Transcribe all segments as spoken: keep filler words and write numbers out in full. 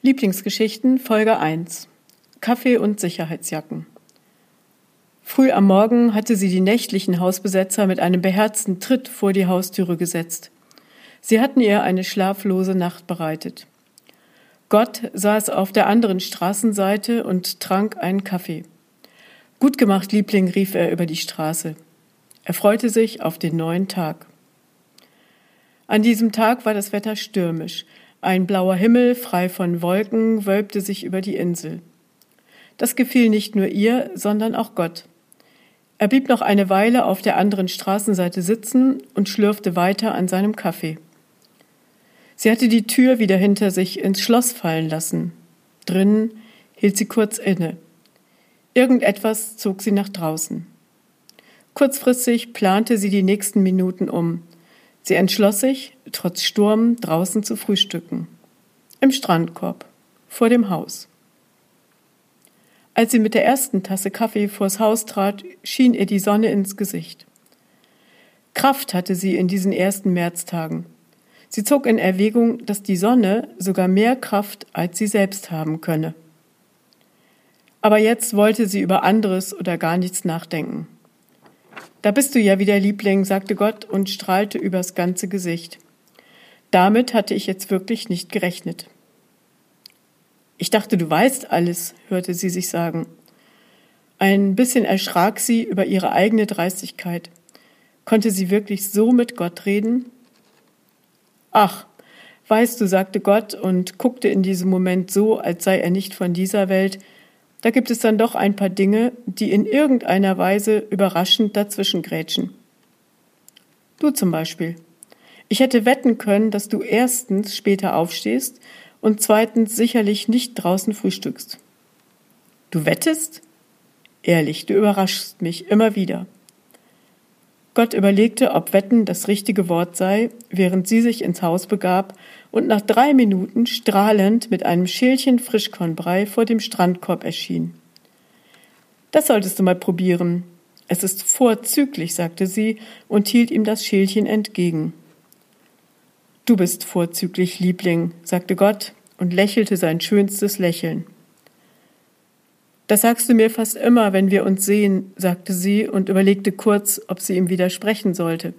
Lieblingsgeschichten Folge eins. Kaffee und Sicherheitsjacken. Früh am Morgen hatte sie die nächtlichen Hausbesetzer mit einem beherzten Tritt vor die Haustüre gesetzt. Sie hatten ihr eine schlaflose Nacht bereitet. Gott saß auf der anderen Straßenseite und trank einen Kaffee. »Gut gemacht, Liebling«, rief er über die Straße. Er freute sich auf den neuen Tag. An diesem Tag war das Wetter stürmisch. Ein blauer Himmel, frei von Wolken, wölbte sich über die Insel. Das gefiel nicht nur ihr, sondern auch Gott. Er blieb noch eine Weile auf der anderen Straßenseite sitzen und schlürfte weiter an seinem Kaffee. Sie hatte die Tür wieder hinter sich ins Schloss fallen lassen. Drinnen hielt sie kurz inne. Irgendetwas zog sie nach draußen. Kurzfristig plante sie die nächsten Minuten um. Sie entschloss sich, trotz Sturm draußen zu frühstücken. Im Strandkorb, vor dem Haus. Als sie mit der ersten Tasse Kaffee vors Haus trat, schien ihr die Sonne ins Gesicht. Kraft hatte sie in diesen ersten Märztagen. Sie zog in Erwägung, dass die Sonne sogar mehr Kraft als sie selbst haben könne. Aber jetzt wollte sie über anderes oder gar nichts nachdenken. »Da bist du ja wieder, Liebling«, sagte Gott und strahlte übers ganze Gesicht. Damit hatte ich jetzt wirklich nicht gerechnet. »Ich dachte, du weißt alles«, hörte sie sich sagen. Ein bisschen erschrak sie über ihre eigene Dreistigkeit. Konnte sie wirklich so mit Gott reden? »Ach, weißt du«, sagte Gott und guckte in diesem Moment so, als sei er nicht von dieser Welt, da gibt es dann doch ein paar Dinge, die in irgendeiner Weise überraschend dazwischengrätschen. Du zum Beispiel. Ich hätte wetten können, dass du erstens später aufstehst und zweitens sicherlich nicht draußen frühstückst. Du wettest? Ehrlich, du überraschst mich immer wieder. Gott überlegte, ob Wetten das richtige Wort sei, während sie sich ins Haus begab und nach drei Minuten strahlend mit einem Schälchen Frischkornbrei vor dem Strandkorb erschien. »Das solltest du mal probieren. Es ist vorzüglich«, sagte sie und hielt ihm das Schälchen entgegen. »Du bist vorzüglich, Liebling«, sagte Gott und lächelte sein schönstes Lächeln. »Das sagst du mir fast immer, wenn wir uns sehen«, sagte sie und überlegte kurz, ob sie ihm widersprechen sollte.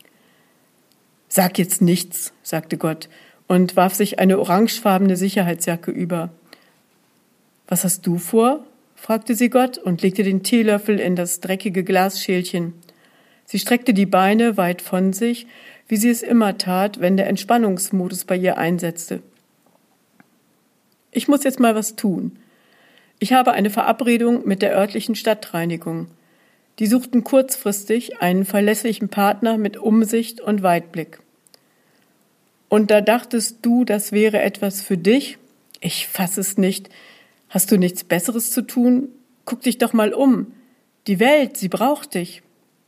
»Sag jetzt nichts«, sagte Gott und warf sich eine orangefarbene Sicherheitsjacke über. »Was hast du vor?«, fragte sie Gott und legte den Teelöffel in das dreckige Glasschälchen. Sie streckte die Beine weit von sich, wie sie es immer tat, wenn der Entspannungsmodus bei ihr einsetzte. »Ich muss jetzt mal was tun. Ich habe eine Verabredung mit der örtlichen Stadtreinigung. Die suchten kurzfristig einen verlässlichen Partner mit Umsicht und Weitblick. Und da dachtest du, das wäre etwas für dich? Ich fass es nicht. Hast du nichts Besseres zu tun? Guck dich doch mal um. Die Welt, sie braucht dich.«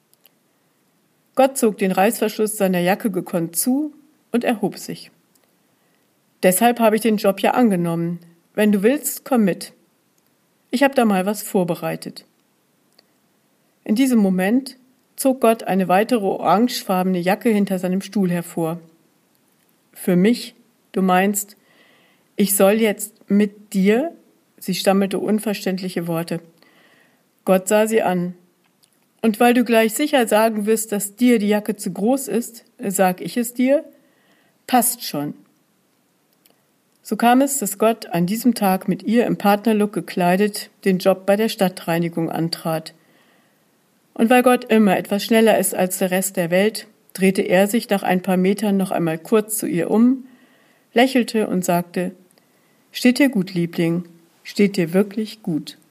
Gott zog den Reißverschluss seiner Jacke gekonnt zu und erhob sich. »Deshalb habe ich den Job ja angenommen. Wenn du willst, komm mit. Ich habe da mal was vorbereitet.« In diesem Moment zog Gott eine weitere orangefarbene Jacke hinter seinem Stuhl hervor. »Für mich? Du meinst, ich soll jetzt mit dir?« Sie stammelte unverständliche Worte. Gott sah sie an. »Und weil du gleich sicher sagen wirst, dass dir die Jacke zu groß ist, sag ich es dir? Passt schon.« So kam es, dass Gott an diesem Tag mit ihr im Partnerlook gekleidet den Job bei der Stadtreinigung antrat. Und weil Gott immer etwas schneller ist als der Rest der Welt, drehte er sich nach ein paar Metern noch einmal kurz zu ihr um, lächelte und sagte: »Steht dir gut, Liebling, steht dir wirklich gut.«